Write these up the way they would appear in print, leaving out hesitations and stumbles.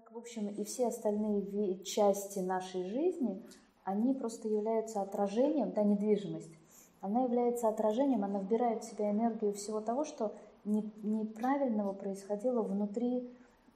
как, в общем, и все остальные части нашей жизни, они просто являются отражением, да, недвижимость, она является отражением, она вбирает в себя энергию всего того, что неправильного происходило внутри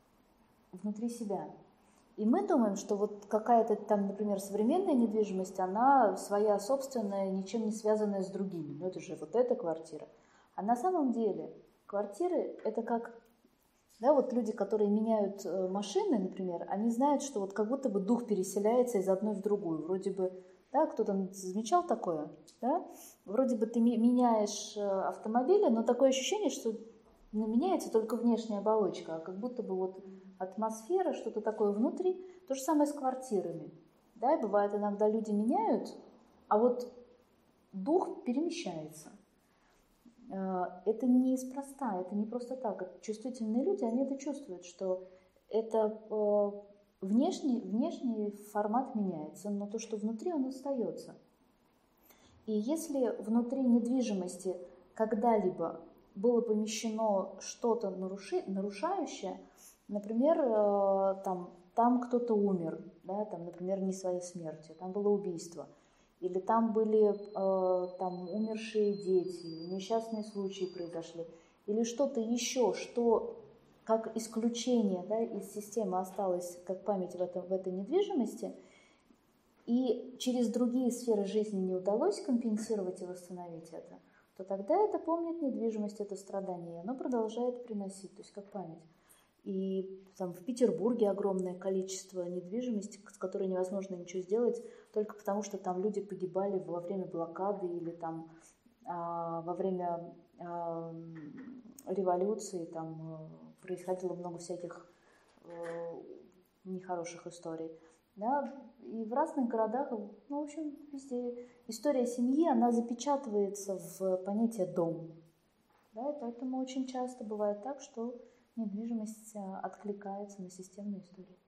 себя. И мы думаем, что вот какая-то там, например, современная недвижимость, она своя собственная, ничем не связанная с другими. Ну это же вот эта квартира. А на самом деле квартиры это как, да, вот люди, которые меняют машины, например, они знают, что вот как будто бы дух переселяется из одной в другую. Вроде бы, да, кто-то замечал такое, да? Вроде бы ты меняешь автомобили, но такое ощущение, что меняется только внешняя оболочка, а как будто бы вот атмосфера, что-то такое внутри. То же самое с квартирами. Да, и бывает иногда люди меняют, а вот дух перемещается. Это неспроста, это не просто так. Чувствительные люди, они это чувствуют, что это внешний формат меняется, но то, что внутри, он остается. И если внутри недвижимости когда-либо было помещено что-то нарушающее, например, там кто-то умер, да, там, например, не своей смертью, там было убийство, или там были умершие дети, или несчастные случаи произошли, или что-то еще, что как исключение, да, из системы осталось как память в этой недвижимости, и через другие сферы жизни не удалось компенсировать и восстановить это, то тогда это помнит недвижимость, это страдание, и оно продолжает приносить, то есть как память. И там в Петербурге огромное количество недвижимости, с которой невозможно ничего сделать, только потому что там люди погибали во время блокады или там во время революции, там происходило много всяких нехороших историй. Да? И в разных городах, ну, в общем, везде история семьи, она запечатывается в понятие «дом». Да? И поэтому очень часто бывает так, что недвижимость откликается на системную историю.